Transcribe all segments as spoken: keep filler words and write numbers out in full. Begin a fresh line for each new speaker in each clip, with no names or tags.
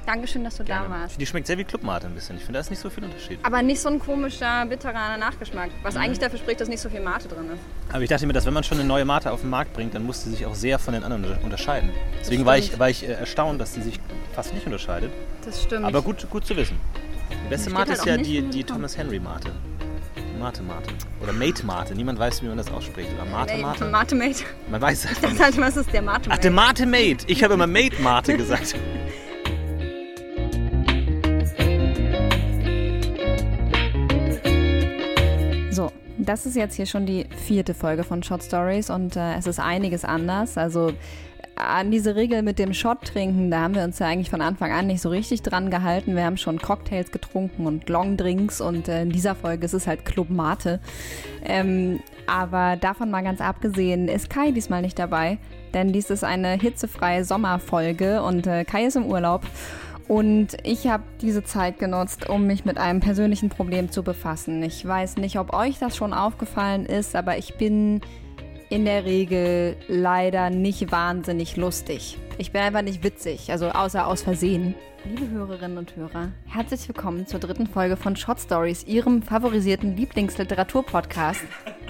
Dankeschön, dass du
Gerne.
da warst.
Die schmeckt sehr wie Clubmate ein bisschen. Ich finde, da ist nicht so viel Unterschied.
Aber nicht so ein komischer, bitterer Nachgeschmack, was mhm. eigentlich dafür spricht, dass nicht so viel Mate drin ist.
Aber ich dachte mir, dass wenn man schon eine neue Mate auf den Markt bringt, dann muss sie sich auch sehr von den anderen unterscheiden. Deswegen war ich, war ich äh, erstaunt, dass sie sich fast nicht unterscheidet.
Das stimmt.
Aber gut, gut zu wissen. Die beste Mate
halt
ist ja die, die Thomas Henry Mate. Mate Mate. Oder Mate Mate. Niemand weiß, wie man das ausspricht. Oder Mate Mate.
Mate Mate.
Man weiß es
Ich dachte halt, was ist der Mate Mate?
Ach, der Mate Mate. Ich habe immer Mate Mate gesagt.
So, das ist jetzt hier schon die vierte Folge von Shot Stories und äh, es ist einiges anders. Also an diese Regel mit dem Shot trinken, da haben wir uns ja eigentlich von Anfang an nicht so richtig dran gehalten. Wir haben schon Cocktails getrunken und Longdrinks und äh, in dieser Folge ist es halt Club Mate. Ähm, aber davon mal ganz abgesehen ist Kai diesmal nicht dabei, denn dies ist eine hitzefreie Sommerfolge und äh, Kai ist im Urlaub. Und ich habe diese Zeit genutzt, um mich mit einem persönlichen Problem zu befassen. Ich weiß nicht, ob euch das schon aufgefallen ist, aber ich bin in der Regel leider nicht wahnsinnig lustig. Ich bin einfach nicht witzig, also außer aus Versehen. Liebe Hörerinnen und Hörer, herzlich willkommen zur dritten Folge von Shot Stories, Ihrem favorisierten Lieblingsliteratur-Podcast.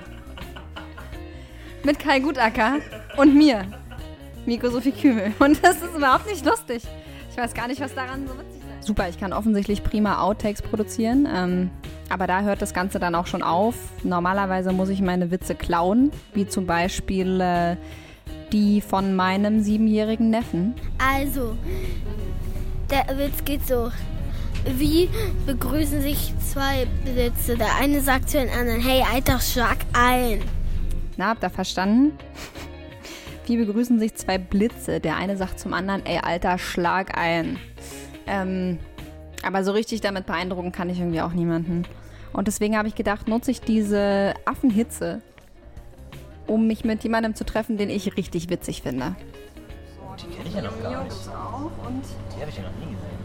Mit Kai Gutacker und mir, Miko Sophie Kümel. Und das ist überhaupt nicht lustig. Ich weiß gar nicht, was daran so witzig ist. Super, ich kann offensichtlich prima Outtakes produzieren, ähm, aber da hört das Ganze dann auch schon auf. Normalerweise muss ich meine Witze klauen, wie zum Beispiel äh, die von meinem siebenjährigen Neffen.
Also, der Witz geht so. Wie begrüßen sich zwei Blitze? Der eine sagt zu den anderen, hey, Alter, schlag ein.
Na, habt ihr verstanden? Wie begrüßen sich zwei Blitze? Der eine sagt zum anderen, ey, Alter, schlag ein. Ähm, aber so richtig damit beeindrucken kann ich irgendwie auch niemanden. Und deswegen habe ich gedacht, nutze ich diese Affenhitze, um mich mit jemandem zu treffen, den ich richtig witzig finde.
Die kenne ich ja noch gar nicht. Die habe ich ja noch nie gesehen.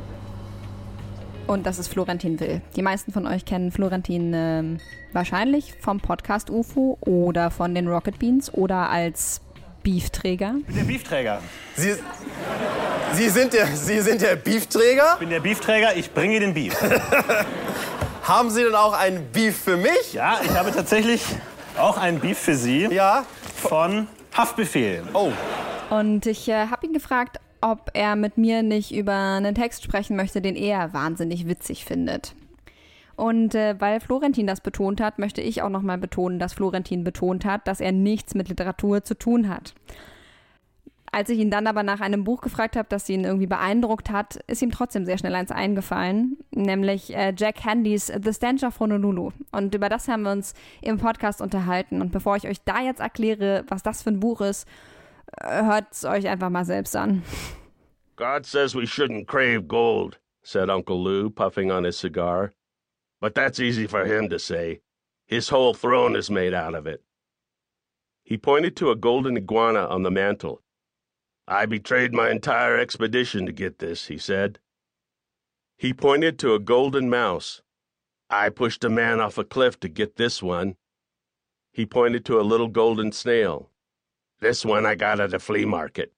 Und das ist Florentin Will. Die meisten von euch kennen Florentin ähm, wahrscheinlich vom Podcast U F O oder von den Rocket Beans oder als Beefträger.
Ich bin der Beefträger.
Sie, Sie, sind der, Sie sind der Beefträger?
Ich bin der Beefträger, ich bringe den Beef.
Haben Sie denn auch einen Beef für mich?
Ja, ich habe tatsächlich auch einen Beef für Sie.
Ja?
Von Haftbefehl.
Oh.
Und ich äh, habe ihn gefragt, ob er mit mir nicht über einen Text sprechen möchte, den er wahnsinnig witzig findet. Und äh, weil Florentin das betont hat, möchte ich auch nochmal betonen, dass Florentin betont hat, dass er nichts mit Literatur zu tun hat. Als ich ihn dann aber nach einem Buch gefragt habe, das ihn irgendwie beeindruckt hat, ist ihm trotzdem sehr schnell eins eingefallen, nämlich äh, Jack Handys The Stench of Honolulu. Und über das haben wir uns im Podcast unterhalten. Und bevor ich euch da jetzt erkläre, was das für ein Buch ist, hört es euch einfach mal selbst an.
God says we shouldn't crave gold, said Uncle Lou, puffing on his cigar. But that's easy for him to say. His whole throne is made out of it. He pointed to a golden iguana on the mantel. I betrayed my entire expedition to get this, he said. He pointed to a golden mouse. I pushed a man off a cliff to get this one. He pointed to a little golden snail. This one I got at a flea market.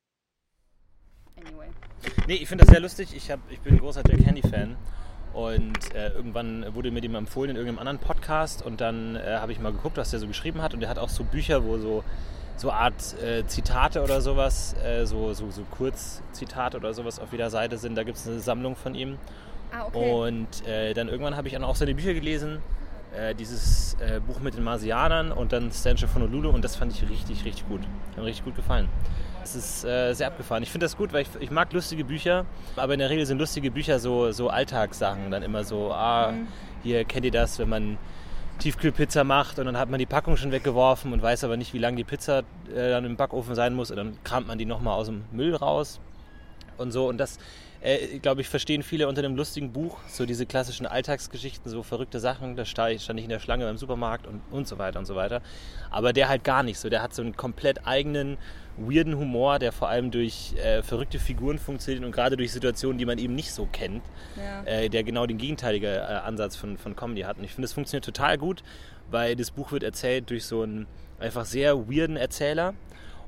Anyway.
Nee, ich finde das sehr lustig. Ich, hab, ich bin ein großer Jack Handy-Fan. Und äh, irgendwann wurde mir dem empfohlen in irgendeinem anderen Podcast. Und dann äh, habe ich mal geguckt, was der so geschrieben hat. Und der hat auch so Bücher, wo so so Art äh, Zitate oder sowas, äh, so, so, so Kurzzitate oder sowas auf jeder Seite sind. Da gibt es eine Sammlung von ihm.
Ah, okay.
Und äh, dann irgendwann habe ich auch seine Bücher gelesen. Äh, dieses äh, Buch mit den Marsianern und dann Stench of Honolulu. Und das fand ich richtig, richtig gut. Hat mir richtig gut gefallen. Es ist äh, sehr abgefahren. Ich finde das gut, weil ich, ich mag lustige Bücher. Aber in der Regel sind lustige Bücher so, so Alltagssachen. Dann immer so, ah, mhm. hier kennt ihr das, wenn man Tiefkühlpizza macht und dann hat man die Packung schon weggeworfen und weiß aber nicht, wie lange die Pizza äh, dann im Backofen sein muss und dann kramt man die nochmal aus dem Müll raus und so. Und das, äh, glaube ich, verstehen viele unter einem lustigen Buch, so diese klassischen Alltagsgeschichten, so verrückte Sachen. Da stand ich, stand ich in der Schlange beim Supermarkt und, und so weiter und so weiter. Aber der halt gar nicht so. Der hat so einen komplett eigenen, weirden Humor, der vor allem durch äh, verrückte Figuren funktioniert und gerade durch Situationen, die man eben nicht so kennt, ja. äh, der genau den gegenteiligen äh, Ansatz von, von Comedy hat. Und ich finde, es funktioniert total gut, weil das Buch wird erzählt durch so einen einfach sehr weirden Erzähler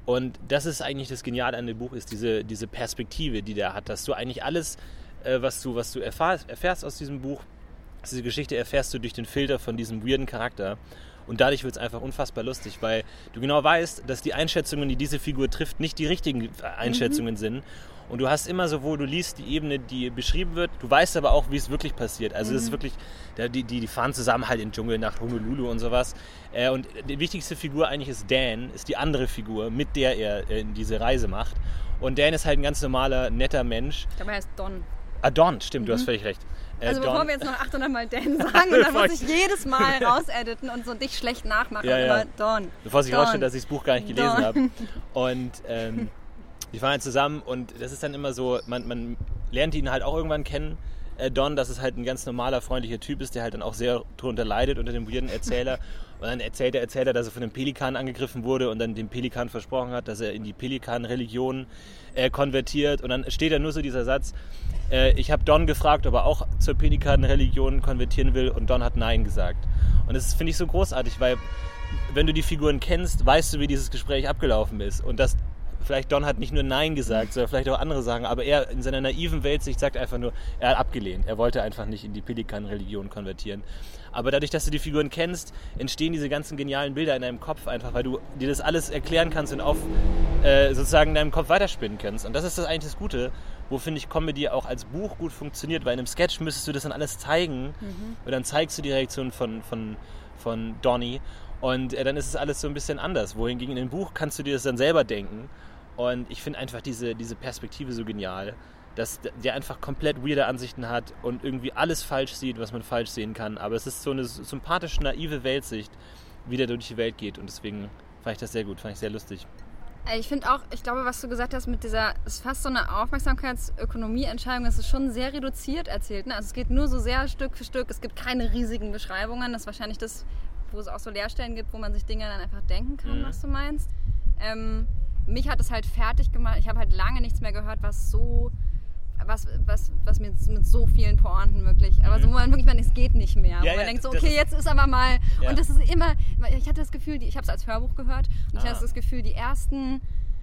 Und das ist eigentlich das Geniale an dem Buch, ist diese, diese Perspektive, die der hat, dass du eigentlich alles, äh, was du, was du erfahrst, erfährst aus diesem Buch, diese Geschichte erfährst du durch den Filter von diesem weirden Charakter. Und dadurch wird es einfach unfassbar lustig, weil du genau weißt, dass die Einschätzungen, die diese Figur trifft, nicht die richtigen Einschätzungen mhm. sind. Und du hast immer so, wo du liest, die Ebene, die beschrieben wird. Du weißt aber auch, wie es wirklich passiert. Also mhm. es ist wirklich, die, die, die fahren zusammen halt in den Dschungel nach Honolulu und sowas. Und die wichtigste Figur eigentlich ist Dan, ist die andere Figur, mit der er diese Reise macht. Und Dan ist halt ein ganz normaler, netter Mensch.
Ich glaube, er heißt Don.
Ah, Don, stimmt, mhm. du hast völlig recht.
Also Don. Bevor wir jetzt noch achthundert Mal Dan sagen, und dann muss ich jedes Mal rausediten und so dich schlecht nachmachen.
Ja, ja.
Immer Don.
Bevor sich
Don.
rausstellt, dass ich das Buch gar nicht gelesen habe. Und ähm, die fahren halt zusammen und das ist dann immer so, man, man lernt ihn halt auch irgendwann kennen, äh, Don, dass es halt ein ganz normaler, freundlicher Typ ist, der halt dann auch sehr darunter leidet unter dem weirden Erzähler. Und dann erzählt der Erzähler, dass er von einem Pelikan angegriffen wurde und dann dem Pelikan versprochen hat, dass er in die Pelikan-Religion äh, konvertiert. Und dann steht da nur so dieser Satz, äh, ich habe Don gefragt, ob er auch zur Pelikan-Religion konvertieren will und Don hat Nein gesagt. Und das finde ich so großartig, weil wenn du die Figuren kennst, weißt du, wie dieses Gespräch abgelaufen ist. Und das vielleicht Don hat nicht nur Nein gesagt, sondern vielleicht auch andere Sachen, aber er in seiner naiven Weltsicht sagt einfach nur, er hat abgelehnt. Er wollte einfach nicht in die Pelikan-Religion konvertieren. Aber dadurch, dass du die Figuren kennst, entstehen diese ganzen genialen Bilder in deinem Kopf einfach, weil du dir das alles erklären kannst und auf äh, sozusagen in deinem Kopf weiterspinnen kannst. Und das ist das eigentlich das Gute, wo, finde ich, Comedy auch als Buch gut funktioniert, weil in einem Sketch müsstest du das dann alles zeigen mhm. und dann zeigst du die Reaktion von, von, von Donnie und äh, dann ist es alles so ein bisschen anders. Wohingegen in dem Buch kannst du dir das dann selber denken. Und ich finde einfach diese, diese Perspektive so genial, dass der einfach komplett weirde Ansichten hat und irgendwie alles falsch sieht, was man falsch sehen kann. Aber es ist so eine sympathische, naive Weltsicht, wie der durch die Welt geht. Und deswegen fand ich das sehr gut, fand ich sehr lustig.
Ich finde auch, ich glaube, was du gesagt hast mit dieser, es ist fast so eine Aufmerksamkeitsökonomie-Entscheidung, das ist schon sehr reduziert erzählt. Ne? Also es geht nur so sehr Stück für Stück, es gibt keine riesigen Beschreibungen. Das ist wahrscheinlich das, wo es auch so Leerstellen gibt, wo man sich Dinge dann einfach denken kann, mhm. was du meinst. Ähm, Mich hat es halt fertig gemacht. Ich habe halt lange nichts mehr gehört, was so, was, was, was mit, mit so vielen Pointen wirklich, aber so, wo man wirklich meint, es geht nicht mehr. Ja, wo man ja, denkt so, okay, ist, jetzt ist aber mal, ja. und das ist immer, ich hatte das Gefühl, die, ich habe es als Hörbuch gehört und ah. ich hatte das Gefühl, die ersten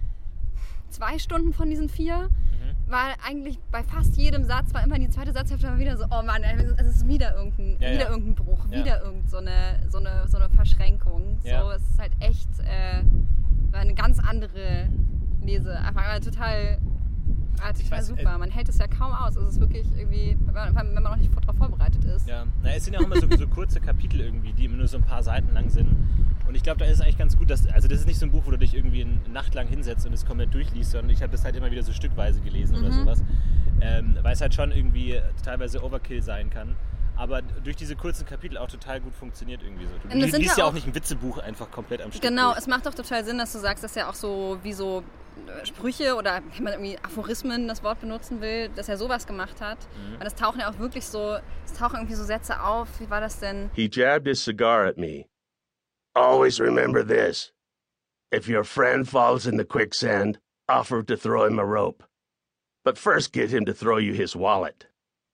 zwei Stunden von diesen vier mhm. war eigentlich bei fast jedem Satz, war immer die zweite Satzhälfte war wieder so, oh Mann, es ist wieder irgendein, ja, wieder ja. irgendein Bruch, ja. wieder irgend so eine, so eine, so eine Verschränkung. Ja. So, es ist halt echt, äh, eine ganz andere Lese. Einfach total, total weiß, super. Man hält es ja kaum aus. Es ist wirklich irgendwie, wenn man noch nicht darauf vorbereitet ist.
Ja, na, es sind ja auch immer so, so kurze Kapitel irgendwie, die immer nur so ein paar Seiten lang sind. Und ich glaube, da ist es eigentlich ganz gut, dass, also das ist nicht so ein Buch, wo du dich irgendwie eine Nacht lang hinsetzt und es komplett durchliest, sondern ich habe das halt immer wieder so stückweise gelesen mhm. oder sowas. Ähm, weil es halt schon irgendwie teilweise Overkill sein kann. Aber durch diese kurzen Kapitel auch total gut funktioniert irgendwie so. Du liest ja, ja auch nicht ein Witzebuch einfach komplett am Stück.
Genau,
durch.
Es macht doch total Sinn, dass du sagst, dass ja auch so wie so Sprüche oder wenn man irgendwie Aphorismen das Wort benutzen will, dass er sowas gemacht hat. Mhm. Weil das tauchen ja auch wirklich so, es tauchen irgendwie so Sätze auf. Wie war das denn?
He jabbed his cigar at me. Always remember this. If your friend falls in the quicksand, offer to throw him a rope. But first get him to throw you his wallet.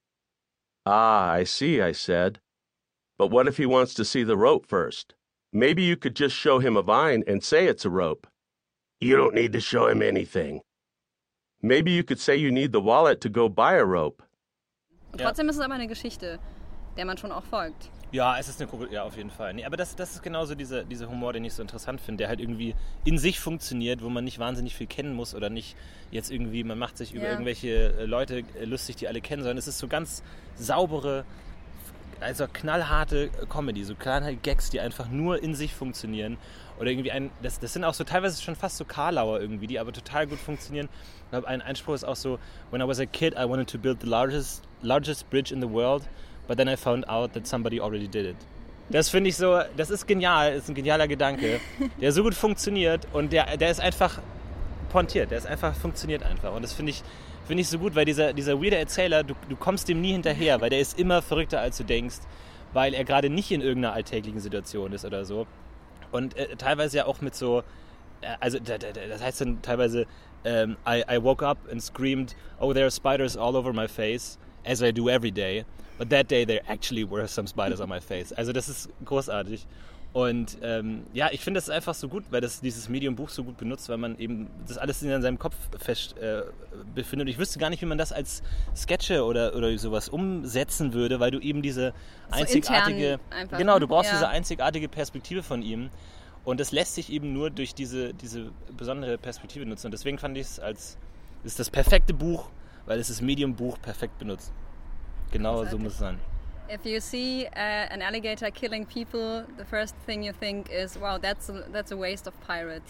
Ah, I see, I said. But what if he wants to see the rope first? Maybe you could just show him a vine and say it's a rope. You don't need to show him anything. Maybe you could say you need the wallet to go buy a rope.
Und trotzdem ja. ist es aber eine Geschichte, der man schon auch folgt.
Ja, es ist eine ja, auf jeden Fall. Nee, aber das, das ist genauso dieser, dieser Humor, den ich so interessant finde, der halt irgendwie in sich funktioniert, wo man nicht wahnsinnig viel kennen muss oder nicht jetzt irgendwie, man macht sich über ja. irgendwelche Leute lustig, die alle kennen, sondern es ist so ganz saubere, also knallharte Comedy, so knallharte Gags, die einfach nur in sich funktionieren. Oder irgendwie ein, das, das sind auch so teilweise schon fast so Karlauer irgendwie, die aber total gut funktionieren. Ich glaube, ein Einspruch ist auch so, when I was a kid, I wanted to build the largest, largest bridge in the world. But then I found out that somebody already did it. Das finde ich so, das ist genial, das ist ein genialer Gedanke, der so gut funktioniert und der, der ist einfach pointiert, der ist einfach, funktioniert einfach. Und das finde ich, finde ich so gut, weil dieser, dieser weirde Erzähler, du, du kommst dem nie hinterher, weil der ist immer verrückter, als du denkst, weil er gerade nicht in irgendeiner alltäglichen Situation ist oder so. Und äh, teilweise ja auch mit so, äh, also da, da, das heißt dann teilweise, ähm, I, I woke up and screamed, oh, there are spiders all over my face, as I do every day. But that day there actually were some spiders on my face. Also das ist großartig. Und ähm, ja, ich finde das einfach so gut, weil das dieses Medium-Buch so gut benutzt, weil man eben das alles in seinem Kopf fest äh, befindet. Ich wüsste gar nicht, wie man das als Sketche oder, oder sowas umsetzen würde, weil du eben diese einzigartige,
so einfach,
genau, du brauchst
ja.
diese einzigartige Perspektive von ihm. Und das lässt sich eben nur durch diese, diese besondere Perspektive nutzen. Und deswegen fand ich es als, es ist das perfekte Buch, weil es das Medium-Buch perfekt benutzt. Genau so muss es sein.
If you see uh, an alligator killing people, the first thing you think is, wow, that's a, that's a waste of pirates.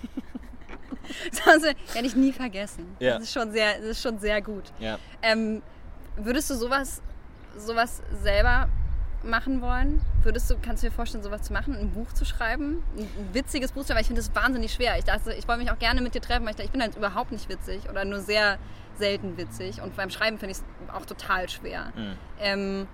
Das werde ich nie vergessen.
Ja.
Das ist schon sehr, das ist schon sehr gut.
Ja.
Ähm, würdest du sowas, sowas selber machen wollen? Würdest du, kannst du dir vorstellen, sowas zu machen, ein Buch zu schreiben? Ein, ein witziges Buch zu schreiben? Weil ich finde das wahnsinnig schwer. Ich dachte, ich wollte mich auch gerne mit dir treffen, weil ich dachte, ich bin halt überhaupt nicht witzig oder nur sehr selten witzig. Und beim Schreiben finde ich es auch total schwer. Mhm. Ähm,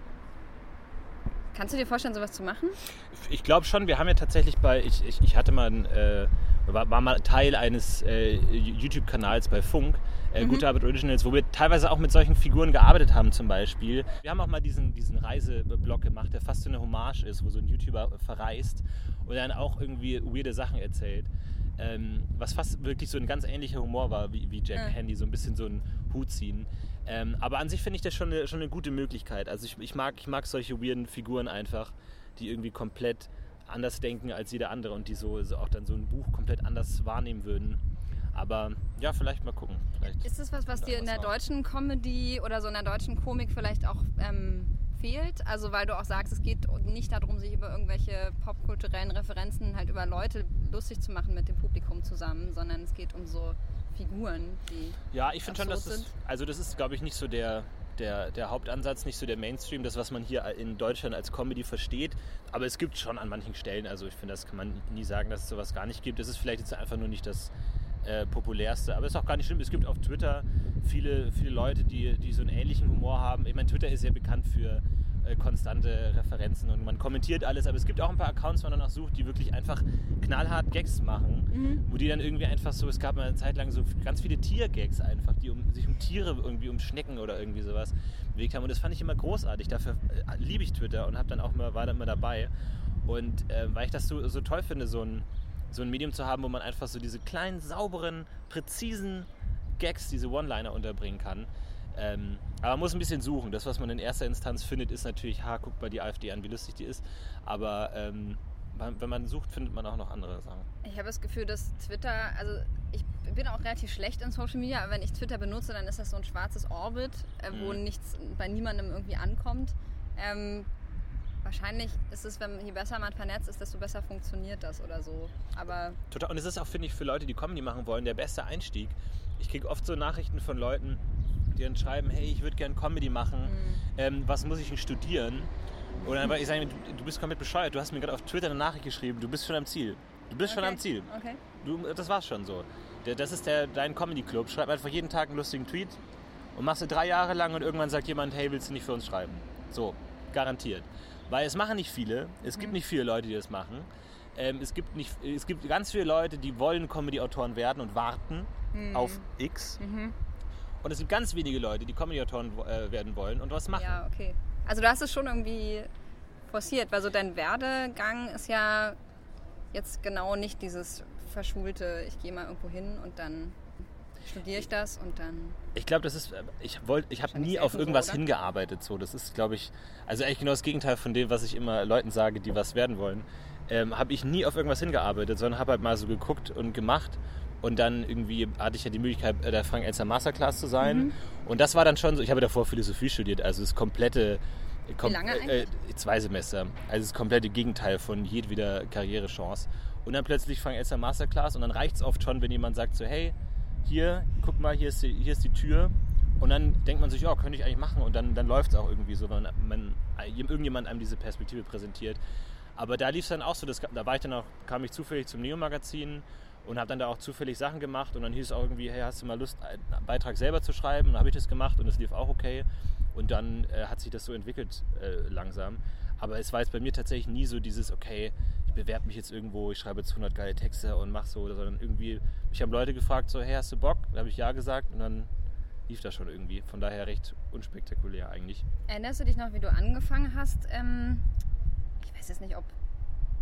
Kannst du dir vorstellen, sowas zu machen?
Ich glaube schon. Wir haben ja tatsächlich bei, ich, ich, ich hatte mal, ein, äh, war, war mal Teil eines äh, YouTube-Kanals bei Funk, äh, mhm. Gute Arbeit Originals, wo wir teilweise auch mit solchen Figuren gearbeitet haben zum Beispiel. Wir haben auch mal diesen, diesen Reiseblog gemacht, der fast so eine Hommage ist, wo so ein YouTuber verreist und dann auch irgendwie weirde Sachen erzählt. Ähm, was fast wirklich so ein ganz ähnlicher Humor war wie, wie Jack ja. Handy, so ein bisschen so einen Hut ziehen. Ähm, aber an sich finde ich das schon eine, schon eine gute Möglichkeit. Also ich, ich, mag, ich mag solche weirden Figuren einfach, die irgendwie komplett anders denken als jeder andere und die so, so auch dann so ein Buch komplett anders wahrnehmen würden. Aber ja, vielleicht mal gucken. Vielleicht
ist das was, was dir in der deutschen Comedy oder so in der deutschen Komik vielleicht auch ähm, fehlt? Also weil du auch sagst, es geht nicht darum, sich über irgendwelche popkulturellen Referenzen halt über Leute lustig zu machen mit dem Publikum zusammen, sondern es geht um so Figuren, die
ja, ich finde schon, dass
sind.
das, also das ist, glaube ich, nicht so der, der, der Hauptansatz, nicht so der Mainstream, das, was man hier in Deutschland als Comedy versteht. Aber es gibt schon an manchen Stellen, also ich finde, das kann man nie sagen, dass es sowas gar nicht gibt. Es ist vielleicht jetzt einfach nur nicht das äh, populärste, aber es ist auch gar nicht schlimm. Es gibt auf Twitter viele, viele Leute, die, die so einen ähnlichen Humor haben. Ich meine, Twitter ist ja bekannt für äh, konstante Referenzen und man kommentiert alles, aber es gibt auch ein paar Accounts, die man danach sucht, die wirklich einfach knallhart Gags machen, mhm. wo die dann irgendwie einfach so, es gab mal eine Zeit lang so ganz viele Tiergags einfach, die um, sich um Tiere, irgendwie um Schnecken oder irgendwie sowas bewegt haben und das fand ich immer großartig. Dafür äh, liebe ich Twitter und hab dann auch mal, war dann immer dabei und äh, weil ich das so, so toll finde, so ein so ein Medium zu haben, wo man einfach so diese kleinen, sauberen, präzisen Gags, diese One-Liner unterbringen kann. Ähm, aber man muss ein bisschen suchen. Das, was man in erster Instanz findet, ist natürlich, ha, guck mal die AfD an, wie lustig die ist. Aber ähm, wenn man sucht, findet man auch noch andere Sachen.
Ich habe das Gefühl, dass Twitter, also ich bin auch relativ schlecht in Social Media, aber wenn ich Twitter benutze, dann ist das so ein schwarzes Orbit, äh, wo mhm. nichts bei niemandem irgendwie ankommt. Ähm, Wahrscheinlich ist es, wenn je besser man vernetzt ist, desto besser funktioniert das oder so. Aber
total. Und es ist auch, finde ich, für Leute, die Comedy machen wollen, der beste Einstieg. Ich kriege oft so Nachrichten von Leuten, die dann schreiben, hey, ich würde gerne Comedy machen, mhm. ähm, was muss ich denn studieren? Und dann ich sage, du bist komplett bescheuert, du hast mir gerade auf Twitter eine Nachricht geschrieben, du bist schon am Ziel. Du bist
okay.
schon am Ziel.
Okay.
Du, das war's schon so. Der, das ist der, dein Comedy-Club. Schreib einfach jeden Tag einen lustigen Tweet und machst du drei Jahre lang und irgendwann sagt jemand, hey, willst du nicht für uns schreiben? So, garantiert. Weil es machen nicht viele, es gibt mhm. nicht viele Leute, die das machen. Ähm, es, gibt nicht, es gibt ganz viele Leute, die wollen Comedy-Autoren werden und warten mhm. auf X. Mhm. Und es gibt ganz wenige Leute, die Comedy-Autoren äh, werden wollen und was machen.
Ja, okay. Also du hast es schon irgendwie forciert, weil so dein Werdegang ist ja jetzt genau nicht dieses verschulte, ich gehe mal irgendwo hin und dann studiere ich das und dann...
Ich glaube, das ist, ich wollte, ich habe nie auf irgendwas so, hingearbeitet. So, das ist, glaube ich, also eigentlich genau das Gegenteil von dem, was ich immer Leuten sage, die was werden wollen. Ähm, habe ich nie auf irgendwas hingearbeitet, sondern habe halt mal so geguckt und gemacht. Und dann irgendwie hatte ich ja die Möglichkeit, der Frank-Elster Masterclass zu sein. Mhm. Und das war dann schon so, ich habe davor Philosophie studiert, also das komplette... Kom-
Wie lange
eigentlich? Äh, zwei Semester. Also das komplette Gegenteil von jedweder Karrierechance. Und dann plötzlich Frank-Elster Masterclass und dann reicht es oft schon, wenn jemand sagt so, hey, hier, guck mal, hier ist die, hier ist die Tür. Und dann denkt man sich, ja, könnte ich eigentlich machen. Und dann, dann läuft es auch irgendwie so, wenn man, irgendjemand einem diese Perspektive präsentiert. Aber da lief es dann auch so, das, da war ich dann auch, kam ich zufällig zum Neo-Magazin und habe dann da auch zufällig Sachen gemacht. Und dann hieß es auch irgendwie, hey, hast du mal Lust, einen Beitrag selber zu schreiben? Und dann habe ich das gemacht und es lief auch okay. Und dann äh, hat sich das so entwickelt äh, langsam. Aber es war jetzt bei mir tatsächlich nie so dieses, okay, ich bewerbe mich jetzt irgendwo, ich schreibe jetzt hundert geile Texte und mach so, sondern irgendwie, mich haben Leute gefragt, so, hey, hast du Bock? Da habe ich ja gesagt und dann lief das schon irgendwie. Von daher recht unspektakulär eigentlich.
Erinnerst du dich noch, wie du angefangen hast? Ähm, ich weiß jetzt nicht, ob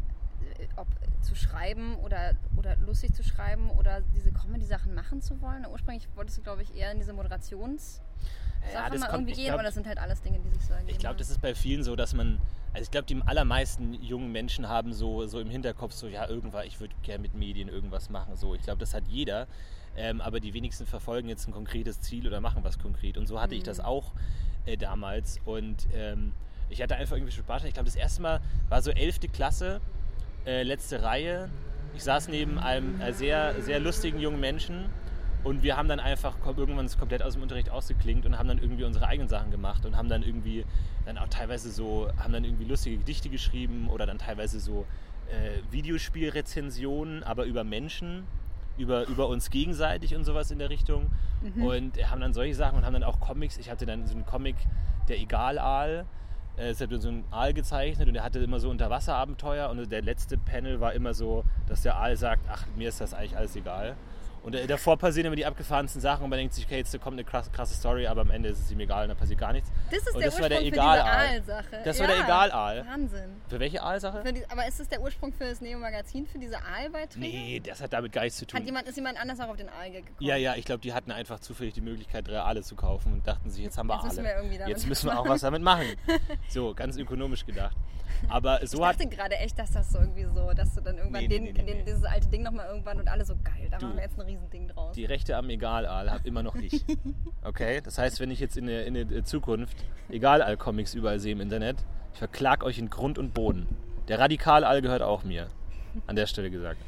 ob zu schreiben oder, oder lustig zu schreiben oder diese Comedy-Sachen machen zu wollen? Ursprünglich wolltest du, glaube ich, eher in diese Moderations-
Ja,
Sachen
das
mal
kommt,
irgendwie
ich
gehen,
glaub,
oder das sind halt alles Dinge, die sich so ergeben.
Ich glaube, das ist bei vielen so, dass man, also ich glaube, die allermeisten jungen Menschen haben so, so im Hinterkopf so, ja, irgendwann, ich würde gerne mit Medien irgendwas machen. So, ich glaube, das hat jeder, ähm, aber die wenigsten verfolgen jetzt ein konkretes Ziel oder machen was konkret. Und so hatte mhm. ich das auch äh, damals. Und ähm, ich hatte einfach irgendwie Spaß. Ich glaube, das erste Mal war so elfte Klasse, äh, letzte Reihe. Ich saß neben einem äh, sehr, sehr lustigen jungen Menschen. Und wir haben dann einfach irgendwann komplett aus dem Unterricht ausgeklinkt und haben dann irgendwie unsere eigenen Sachen gemacht und haben dann irgendwie dann auch teilweise so, haben dann irgendwie lustige Gedichte geschrieben oder dann teilweise so äh, Videospielrezensionen, aber über Menschen, über, über uns gegenseitig und sowas in der Richtung. Mhm. Und äh, haben dann solche Sachen und haben dann auch Comics. Ich hatte dann so einen Comic, der Egal-Aal. Äh, es hat so einen Aal gezeichnet und der hatte immer so Unterwasserabenteuer und der letzte Panel war immer so, dass der Aal sagt, ach, mir ist das eigentlich alles egal. Und davor passieren immer die abgefahrensten Sachen und man denkt sich, okay, jetzt kommt eine krasse, krasse Story, aber am Ende ist es ihm egal und dann passiert gar nichts.
Das ist
und
der
das
Ursprung
war der
für
Egal-Aal.
diese Aal-Sache.
Das
ja,
war der Egal-Aal.
Wahnsinn.
Für welche Aal-Sache?
Für die, aber ist das der Ursprung für das Neo-Magazin, für diese Aal-Beiträge?
Nee, das hat damit gar nichts zu tun.
Hat jemand, ist jemand anders auch auf den Aal gekommen?
Ja, ja, ich glaube, die hatten einfach zufällig die Möglichkeit, drei Aale zu kaufen und dachten sich, jetzt haben wir
jetzt müssen
Aale.
Wir irgendwie damit
jetzt müssen wir auch was damit machen. So, ganz ökonomisch gedacht. Aber so
ich dachte
hat,
gerade echt, dass das so irgendwie so, dass du dann irgendwann
nee,
den,
nee, nee,
den,
nee.
dieses alte Ding nochmal irgendwann und alle so geil, da
Du,
machen wir jetzt ein Riesending draus.
Die Rechte am Egal-Aal habe immer noch ich. Okay? Das heißt, wenn ich jetzt in der, in der Zukunft Egal-Aal-Comics überall sehe im Internet, ich verklag euch in Grund und Boden. Der Radikal-Aal gehört auch mir. An der Stelle gesagt.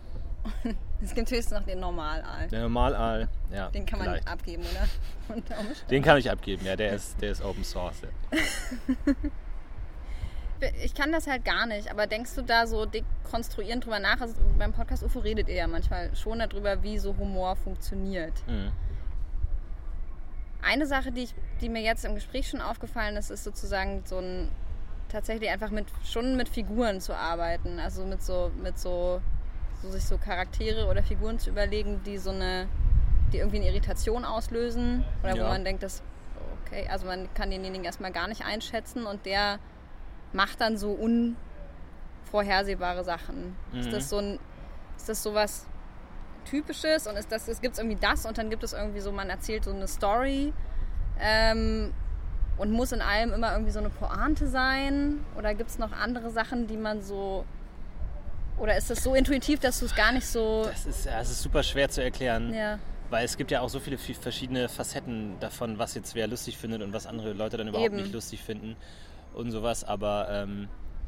Es gibt höchstens noch den Normal-Aal.
Der Normal-Aal, ja.
Den kann man
vielleicht.
abgeben, oder?
Den kann ich abgeben, ja. Der ist, der ist Open Source. Ja.
Ich kann das halt gar nicht, aber denkst du da so dekonstruierend drüber nach? Also beim Podcast U F O redet ihr ja manchmal schon darüber, wie so Humor funktioniert.
Mhm.
Eine Sache, die, ich, die mir jetzt im Gespräch schon aufgefallen ist, ist sozusagen so ein, tatsächlich einfach mit, schon mit Figuren zu arbeiten. Also mit so, mit so, so sich so Charaktere oder Figuren zu überlegen, die so eine, die irgendwie eine Irritation auslösen. Oder
ja.
wo man denkt, dass, okay, also man kann denjenigen erstmal gar nicht einschätzen und der macht dann so unvorhersehbare Sachen. Mhm. Ist das so ein, ist das so was Typisches und ist das, es gibt irgendwie das und dann gibt es irgendwie so, man erzählt so eine Story ähm, und muss in allem immer irgendwie so eine Pointe sein? Oder gibt es noch andere Sachen, die man so, oder ist das so intuitiv, dass du es gar nicht so...
Das ist, ja, das ist super schwer zu erklären.
Ja.
Weil es gibt ja auch so viele verschiedene Facetten davon, was jetzt wer lustig findet und was andere Leute dann überhaupt
Eben.
nicht lustig finden. Und sowas, aber ähm,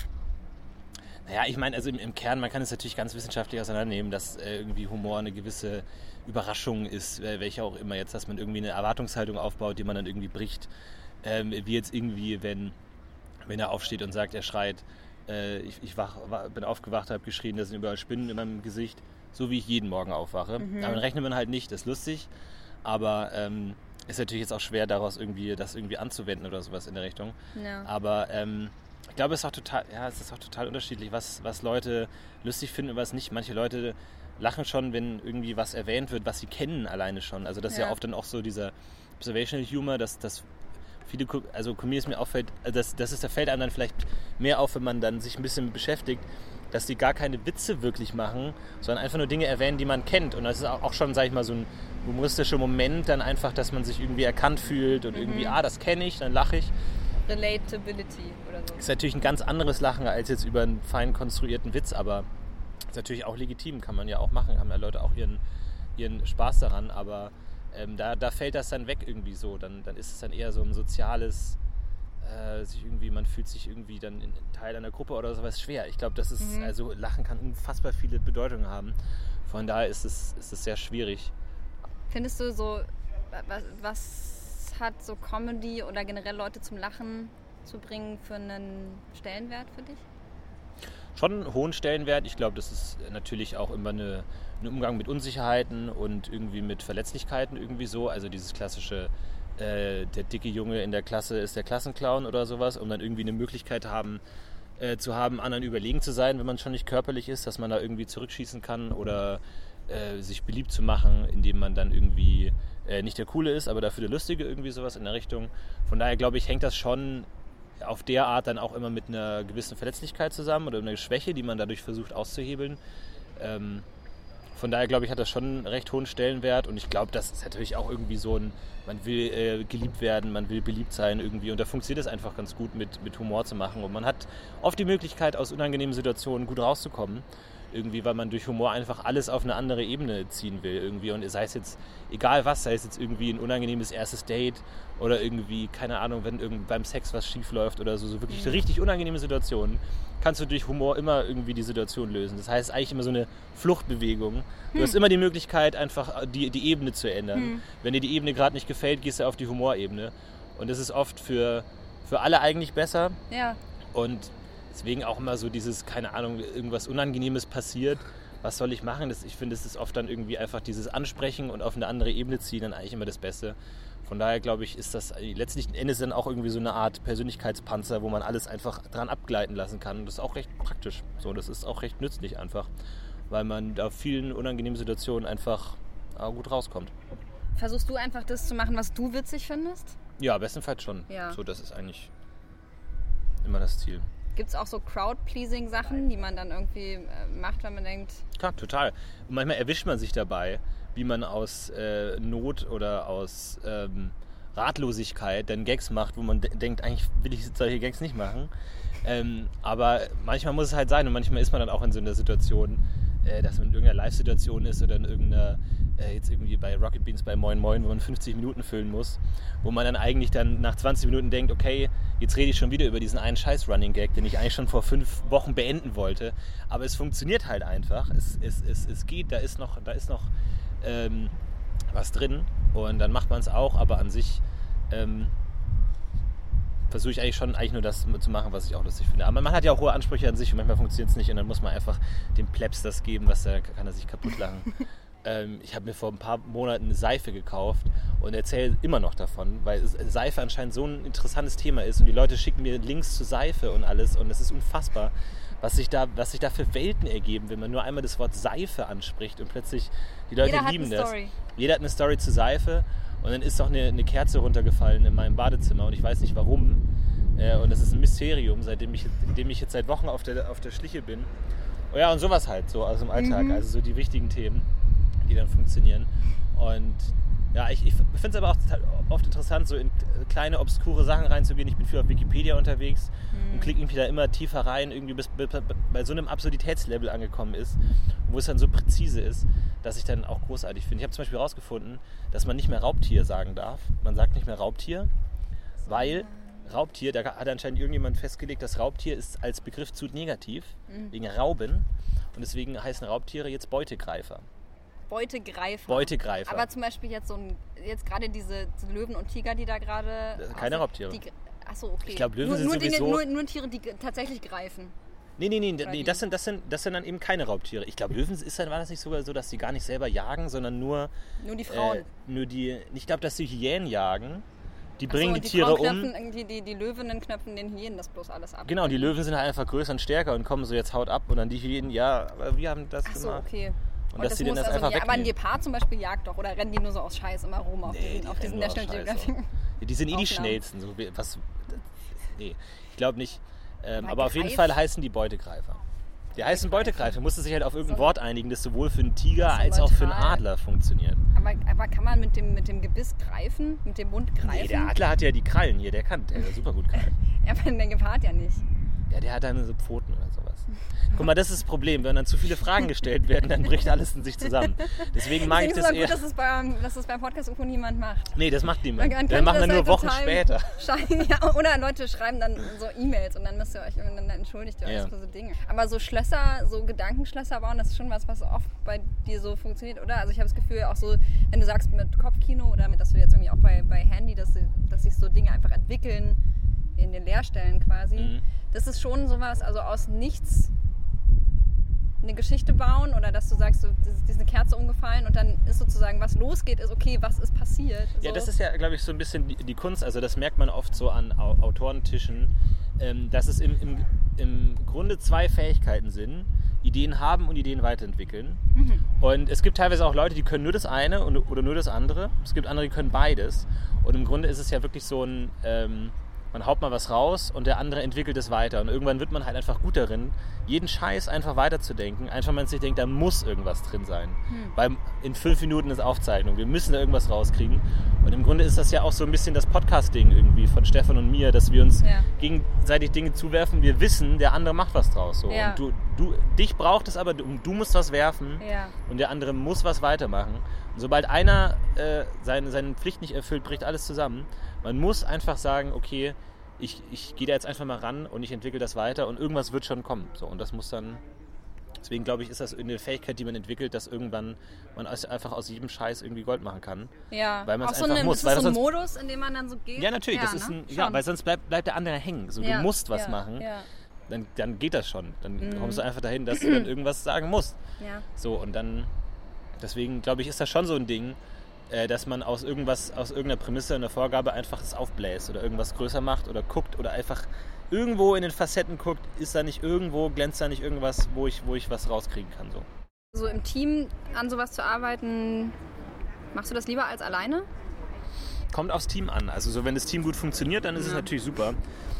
naja, ich meine, also im, im Kern, man kann es natürlich ganz wissenschaftlich auseinandernehmen, dass äh, irgendwie Humor eine gewisse Überraschung ist, äh, welche auch immer jetzt, dass man irgendwie eine Erwartungshaltung aufbaut, die man dann irgendwie bricht, ähm, wie jetzt irgendwie, wenn, wenn er aufsteht und sagt, er schreit, äh, ich, ich wach, wach, bin aufgewacht, habe geschrien, da sind überall Spinnen in meinem Gesicht, so wie ich jeden Morgen aufwache. Mhm. Damit rechnet man halt nicht, das ist lustig, aber ähm, ist natürlich jetzt auch schwer, daraus irgendwie das irgendwie anzuwenden oder sowas in der Richtung.
Ja.
Aber ähm, ich glaube, es ist auch total, ja, es ist auch total unterschiedlich, was, was Leute lustig finden und was nicht. Manche Leute lachen schon, wenn irgendwie was erwähnt wird, was sie kennen alleine schon. Also das ist ja, ja oft dann auch so dieser Observational Humor, dass, dass viele, also Comedians mir auffällt, also das, das ist, da fällt einem dann vielleicht mehr auf, wenn man dann sich ein bisschen beschäftigt, dass die gar keine Witze wirklich machen, sondern einfach nur Dinge erwähnen, die man kennt. Und das ist auch schon, sag ich mal, so ein humoristischer Moment dann einfach, dass man sich irgendwie erkannt fühlt und mhm. irgendwie, ah, das kenne ich, dann lache ich.
Relatability oder so.
Ist natürlich ein ganz anderes Lachen als jetzt über einen fein konstruierten Witz, aber ist natürlich auch legitim, kann man ja auch machen, haben ja Leute auch ihren, ihren Spaß daran, aber ähm, da, da fällt das dann weg irgendwie so, dann, dann ist es dann eher so ein soziales, äh, sich irgendwie, man fühlt sich irgendwie dann in Teil einer Gruppe oder sowas schwer. Ich glaube, das ist, mhm. also Lachen kann unfassbar viele Bedeutungen haben, von daher ist es, ist es sehr schwierig.
Findest du so, was, was hat so Comedy oder generell Leute zum Lachen zu bringen für einen Stellenwert für dich?
Schon einen hohen Stellenwert. Ich glaube, das ist natürlich auch immer eine, ein Umgang mit Unsicherheiten und irgendwie mit Verletzlichkeiten irgendwie so. Also dieses klassische, äh, der dicke Junge in der Klasse ist der Klassenclown oder sowas, um dann irgendwie eine Möglichkeit haben, äh, zu haben, anderen überlegen zu sein, wenn man schon nicht körperlich ist, dass man da irgendwie zurückschießen kann oder äh, sich beliebt zu machen, indem man dann irgendwie äh, nicht der Coole ist, aber dafür der Lustige, irgendwie sowas in der Richtung. Von daher glaube ich, hängt das schon auf der Art dann auch immer mit einer gewissen Verletzlichkeit zusammen oder einer Schwäche, die man dadurch versucht auszuhebeln. Ähm, von daher glaube ich, hat das schon einen recht hohen Stellenwert und ich glaube, das ist natürlich auch irgendwie so ein, man will äh, geliebt werden, man will beliebt sein irgendwie und da funktioniert es einfach ganz gut mit, mit Humor zu machen und man hat oft die Möglichkeit, aus unangenehmen Situationen gut rauszukommen. Irgendwie, weil man durch Humor einfach alles auf eine andere Ebene ziehen will irgendwie und sei es jetzt, egal was, sei es jetzt irgendwie ein unangenehmes erstes Date oder irgendwie, keine Ahnung, wenn irgend beim Sex was schief läuft oder so, so wirklich richtig unangenehme Situationen, kannst du durch Humor immer irgendwie die Situation lösen. Das heißt, eigentlich immer so eine Fluchtbewegung. Du hm. hast immer die Möglichkeit, einfach die, die Ebene zu ändern. Hm. Wenn dir die Ebene gerade nicht gefällt, gehst du auf die Humorebene und das ist oft für, für alle eigentlich besser.
Ja.
Und deswegen auch immer so dieses, keine Ahnung, irgendwas Unangenehmes passiert, was soll ich machen? Das, ich finde, es ist oft dann irgendwie einfach dieses Ansprechen und auf eine andere Ebene ziehen dann eigentlich immer das Beste. Von daher glaube ich, ist das letztlich Endes dann auch irgendwie so eine Art Persönlichkeitspanzer, wo man alles einfach dran abgleiten lassen kann. Und das ist auch recht praktisch. So, das ist auch recht nützlich einfach, weil man da vielen unangenehmen Situationen einfach äh, gut rauskommt.
Versuchst du einfach das zu machen, was du witzig findest?
Ja, bestenfalls schon.
Ja.
So, das ist eigentlich immer das Ziel.
Gibt es auch so Crowd-Pleasing-Sachen, die man dann irgendwie äh, macht, wenn man denkt...
Klar, total. Und manchmal erwischt man sich dabei, wie man aus äh, Not oder aus ähm, Ratlosigkeit dann Gags macht, wo man de- denkt, eigentlich will ich solche Gags nicht machen. Ähm, aber manchmal muss es halt sein und manchmal ist man dann auch in so einer Situation, äh, dass man in irgendeiner Live-Situation ist oder in irgendeiner, äh, jetzt irgendwie bei Rocket Beans bei Moin Moin, wo man fünfzig Minuten füllen muss, wo man dann eigentlich dann nach zwanzig Minuten denkt, okay, jetzt rede ich schon wieder über diesen einen scheiß Running Gag, den ich eigentlich schon vor fünf Wochen beenden wollte. Aber es funktioniert halt einfach. Es, es, es, es geht, da ist noch, da ist noch ähm, was drin und dann macht man es auch, aber an sich ähm, versuche ich eigentlich schon eigentlich nur das zu machen, was ich auch lustig finde. Aber man hat ja auch hohe Ansprüche an sich und manchmal funktioniert es nicht und dann muss man einfach dem Plebs das geben, was da kann er sich kaputt lachen. ähm, ich habe mir vor ein paar Monaten eine Seife gekauft und erzähle immer noch davon, weil Seife anscheinend so ein interessantes Thema ist und die Leute schicken mir Links zu Seife und alles und es ist unfassbar, was sich da, was sich da für Welten ergeben, wenn man nur einmal das Wort Seife anspricht und plötzlich die Leute
Jeder
lieben
hat eine
das.
Story.
Jeder hat eine Story zu Seife und dann ist auch eine, eine Kerze runtergefallen in meinem Badezimmer und ich weiß nicht warum. Äh, und das ist ein Mysterium, seitdem ich, dem ich jetzt seit Wochen auf der, auf der Schliche bin. Oh ja, und sowas halt so aus dem Alltag, mhm. also so die wichtigen Themen, die dann funktionieren. Und ja, ich, ich finde es aber auch oft interessant, so in kleine, obskure Sachen reinzugehen. Ich bin viel auf Wikipedia unterwegs mhm. und klicke irgendwie da immer tiefer rein, irgendwie bis bei so einem Absurditätslevel angekommen ist, wo es dann so präzise ist, dass ich dann auch großartig finde. Ich habe zum Beispiel herausgefunden, dass man nicht mehr Raubtier sagen darf. Man sagt nicht mehr Raubtier, weil Raubtier, da hat anscheinend irgendjemand festgelegt, dass Raubtier ist als Begriff zu negativ, mhm. wegen Rauben. Und deswegen heißen Raubtiere jetzt Beutegreifer.
Beutegreifer.
Beutegreifer.
Aber zum Beispiel jetzt so ein, jetzt gerade diese Löwen und Tiger, die da gerade...
Keine Raubtiere.
Die, achso, okay.
Ich glaube, Löwen
nur,
sind
nur
sowieso...
Dinge, nur, nur Tiere, die tatsächlich greifen.
Nee, nee, nee, nee das, sind, das, sind, das sind dann eben keine Raubtiere. Ich glaube, Löwen ist dann, war das nicht sogar so, dass sie gar nicht selber jagen, sondern nur...
Nur die Frauen.
Äh, nur die... Ich glaube, dass die Hyänen jagen. Die
Achso,
bringen die,
die
Tiere
knöpfen,
um.
Die, die, die Löwinnen knöpfen den Hyänen das bloß alles ab.
Genau, die Löwen sind halt einfach größer und stärker und kommen so jetzt haut ab und dann die Hyänen, ja, aber wir haben das
Achso,
gemacht.
okay.
Und, und dass
das
die denn das
also
einfach
ja,
wegnehmen.
Aber ein Gepard zum Beispiel jagt doch, oder rennen die nur so aus Scheiß immer rum auf
nee,
diesen,
die
auf diesen National Geographic?
Ja, die sind eh die schnellsten. So, was, nee, ich glaube nicht. Ähm, aber auf jeden Fall heißen die Beutegreifer. Die heißen Beutegreifer. Musste sich halt auf irgendein so. Wort einigen, das sowohl für einen Tiger so als neutral. Auch für einen Adler funktioniert.
Aber, aber kann man mit dem, mit dem Gebiss greifen? Mit dem Mund greifen?
Nee, der Adler hat ja die Krallen hier, der kann, der super gut greifen.
Ja, aber der Gepard ja nicht.
Ja, der hat dann so Pfoten oder sowas. Guck mal, das ist das Problem. Wenn dann zu viele Fragen gestellt werden, dann bricht alles in sich zusammen. Deswegen mag ich das eher...
Es ist gut, dass es beim, dass es beim Podcast U F O niemand macht.
Nee, das macht niemand. Wir machen dann nur Wochen später.
Ja, oder Leute schreiben dann so E-Mails und dann müsst ihr euch, dann entschuldigt ihr euch ja. für so Dinge. Aber so Schlösser, so Gedankenschlösser bauen, das ist schon was, was oft bei dir so funktioniert, oder? Also ich habe das Gefühl, auch so, wenn du sagst mit Kopfkino oder mit, dass du jetzt irgendwie auch bei, bei Handy, dass, dass sich so Dinge einfach entwickeln in den Leerstellen quasi. Mhm. Das ist schon sowas, also aus nichts eine Geschichte bauen oder dass du sagst, so, das ist diese Kerze umgefallen und dann ist sozusagen, was losgeht, ist okay, was ist passiert. So.
Ja, das ist ja, glaube ich, so ein bisschen die, die Kunst, also das merkt man oft so an Au- Autorentischen, ähm, dass es im, im, im Grunde zwei Fähigkeiten sind, Ideen haben und Ideen weiterentwickeln. Mhm. Und es gibt teilweise auch Leute, die können nur das eine und, oder nur das andere. Es gibt andere, die können beides. Und im Grunde ist es ja wirklich so ein... Ähm, man haut mal was raus und der andere entwickelt es weiter. Und irgendwann wird man halt einfach gut darin, jeden Scheiß einfach weiterzudenken. Einfach, wenn man sich denkt, da muss irgendwas drin sein. Hm. Weil in fünf Minuten ist Aufzeichnung, wir müssen da irgendwas rauskriegen. Und im Grunde ist das ja auch so ein bisschen das Podcast-Ding irgendwie von Stefan und mir, dass wir uns ja. gegenseitig Dinge zuwerfen. Wir wissen, der andere macht was draus. So. Ja. Und du, du, dich braucht es aber, du, du musst was werfen ja. und der andere muss was weitermachen. Und sobald einer äh, seine, seine Pflicht nicht erfüllt, bricht alles zusammen. Man muss einfach sagen, okay, ich, ich gehe da jetzt einfach mal ran und ich entwickle das weiter und irgendwas wird schon kommen. So, und das muss dann, deswegen glaube ich, ist das eine Fähigkeit, die man entwickelt, dass irgendwann man einfach aus jedem Scheiß irgendwie Gold machen kann.
Ja,
weil man
auch
es
so
einfach
eine,
muss.
Ist
weil
das so ein
sonst,
Modus, in dem man dann so geht?
Ja, natürlich,
ja,
das ist
ne?
ein, ja, weil sonst bleibt, bleibt der andere hängen. So,
ja.
du musst was
ja.
machen.
Ja.
Dann, dann geht das schon. Dann mhm. kommst du einfach dahin, dass du dann irgendwas sagen musst.
Ja.
So, und dann, deswegen glaube ich, ist das schon so ein Ding, dass man aus irgendwas, aus irgendeiner Prämisse, einer Vorgabe einfach das aufbläst oder irgendwas größer macht oder guckt oder einfach irgendwo in den Facetten guckt, ist da nicht irgendwo, glänzt da nicht irgendwas, wo ich, wo ich was rauskriegen kann. So.
So im Team an sowas zu arbeiten, machst du das lieber als alleine?
Kommt aufs Team an. Also so, wenn das Team gut funktioniert, dann ist ja. es natürlich super.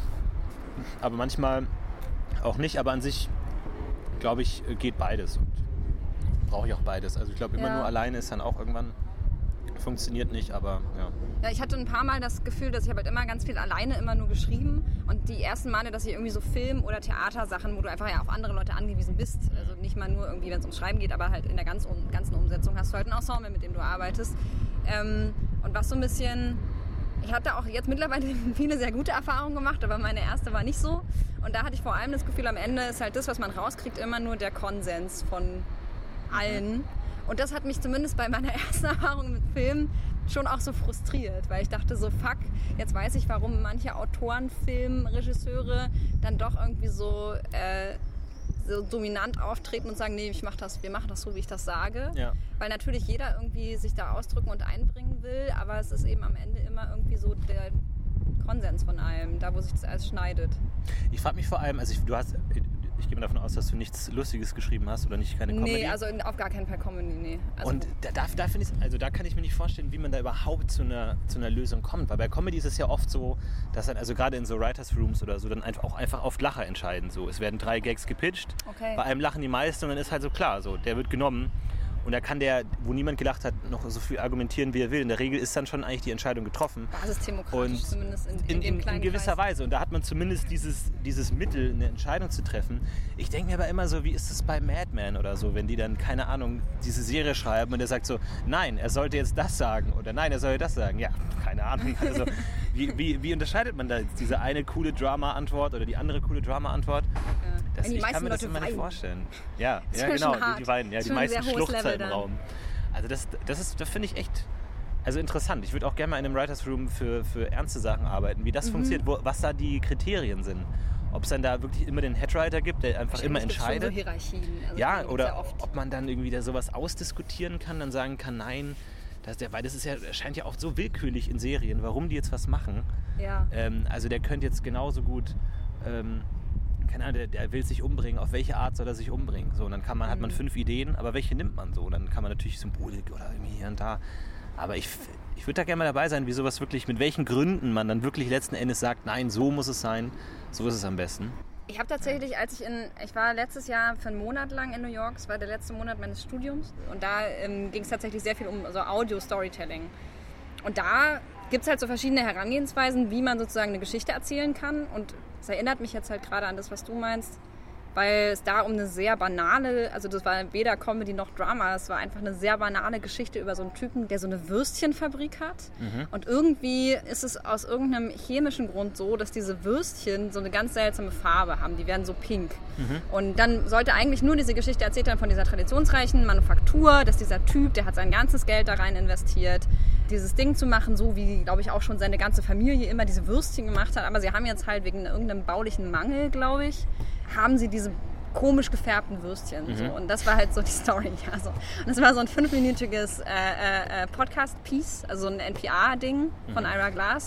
Aber manchmal auch nicht. Aber an sich, glaube ich, geht beides. Und brauche ich auch beides. Also ich glaube, immer ja. nur alleine ist dann auch irgendwann... Funktioniert nicht, aber ja.
Ja, ich hatte ein paar Mal das Gefühl, dass ich habe halt immer ganz viel alleine immer nur geschrieben und die ersten Male, dass ich irgendwie so Film- oder Theatersachen, wo du einfach ja auf andere Leute angewiesen bist, also nicht mal nur irgendwie, wenn es ums Schreiben geht, aber halt in der ganz, um, ganzen Umsetzung hast du halt ein Ensemble, mit dem du arbeitest. Ähm, und was so ein bisschen, ich hatte auch jetzt mittlerweile viele sehr gute Erfahrungen gemacht, aber meine erste war nicht so. Und da hatte ich vor allem das Gefühl, am Ende ist halt das, was man rauskriegt, immer nur der Konsens von allen. Und das hat mich zumindest bei meiner ersten Erfahrung mit Filmen schon auch so frustriert, weil ich dachte so, fuck, jetzt weiß ich, warum manche Autoren, Filmregisseure dann doch irgendwie so, äh, so dominant auftreten und sagen, nee, ich mach das, wir machen das so, wie ich das sage. Ja. Weil natürlich jeder irgendwie sich da ausdrücken und einbringen will, aber es ist eben am Ende immer irgendwie so der Konsens von allem, da wo sich das alles schneidet.
Ich frage mich vor allem, also ich, du hast... Ich gehe mal davon aus, dass du nichts Lustiges geschrieben hast oder nicht keine Comedy.
Nee, also auf gar keinen Fall Comedy, nee. Also
und da, da, da, ich, also da kann ich mir nicht vorstellen, wie man da überhaupt zu einer, zu einer Lösung kommt. Weil bei Comedy ist es ja oft so, dass dann, also gerade in so Writers Rooms oder so, dann einfach auch einfach auf Lacher entscheiden. So. Es werden drei Gags gepitcht, okay. Bei einem lachen die meisten und dann ist halt so klar, so, der wird genommen. Und da kann der, wo niemand gelacht hat, noch so viel argumentieren, wie er will. In der Regel ist dann schon eigentlich die Entscheidung getroffen.
Basisdemokratisch
und
zumindest in, in,
in,
dem
in,
kleinen
in gewisser
Kreis.
Weise. Und da hat man zumindest dieses, dieses Mittel, eine Entscheidung zu treffen. Ich denke mir aber immer so, wie ist es bei Mad Men oder so, wenn die dann, keine Ahnung, diese Serie schreiben und der sagt so, nein, er sollte jetzt das sagen oder nein, er soll das sagen. Ja, keine Ahnung. Also wie, wie, wie unterscheidet man da jetzt diese eine coole Drama-Antwort oder die andere coole Drama-Antwort? Ja. Das, ich kann mir das immer nicht vorstellen. Ja, ja genau, die, die weinen. Ja, die meisten Schluchzer im Raum. Also das, das ist, das finde ich echt also interessant. Ich würde auch gerne mal in einem Writers Room für, für ernste Sachen arbeiten, wie das mhm. funktioniert, wo, was da die Kriterien sind. Ob es dann da wirklich immer den Headwriter gibt, der einfach immer entscheidet.
So Hierarchien. Also
ja, oder ob man dann irgendwie da sowas ausdiskutieren kann, dann sagen kann, nein, das, der, weil das ist ja, scheint ja oft so willkürlich in Serien, warum die jetzt was machen. Ja. Ähm, also der könnte jetzt genauso gut... Ähm, keine Ahnung, der, der will sich umbringen, auf welche Art soll er sich umbringen? So, und dann kann man, mhm. hat man fünf Ideen, aber welche nimmt man so? Und dann kann man natürlich Symbolik oder irgendwie hier und da. Aber ich, ich würde da gerne mal dabei sein, wie sowas wirklich, mit welchen Gründen man dann wirklich letzten Endes sagt, nein, so muss es sein, so ist es am besten.
Ich habe tatsächlich, als ich in, ich war letztes Jahr für einen Monat lang in New York, es war der letzte Monat meines Studiums und da ähm, ging es tatsächlich sehr viel um so Audio-Storytelling. Und da gibt es halt so verschiedene Herangehensweisen, wie man sozusagen eine Geschichte erzählen kann und das erinnert mich jetzt halt gerade an das, was du meinst, weil es da um eine sehr banale, also das war weder Comedy noch Drama, es war einfach eine sehr banale Geschichte über so einen Typen, der so eine Würstchenfabrik hat. Mhm. Und irgendwie ist es aus irgendeinem chemischen Grund so, dass diese Würstchen so eine ganz seltsame Farbe haben, die werden so pink. Mhm. Und dann sollte eigentlich nur diese Geschichte erzählt werden von dieser traditionsreichen Manufaktur, dass dieser Typ, der hat sein ganzes Geld da rein investiert, dieses Ding zu machen, so wie, glaube ich, auch schon seine ganze Familie immer diese Würstchen gemacht hat. Aber sie haben jetzt halt wegen irgendeinem baulichen Mangel, glaube ich, haben sie diese komisch gefärbten Würstchen. Mhm. So. Und das war halt so die Story. Also, und das war so ein fünfminütiges äh, äh, Podcast-Piece, also ein N P R-Ding von mhm. Ira Glass.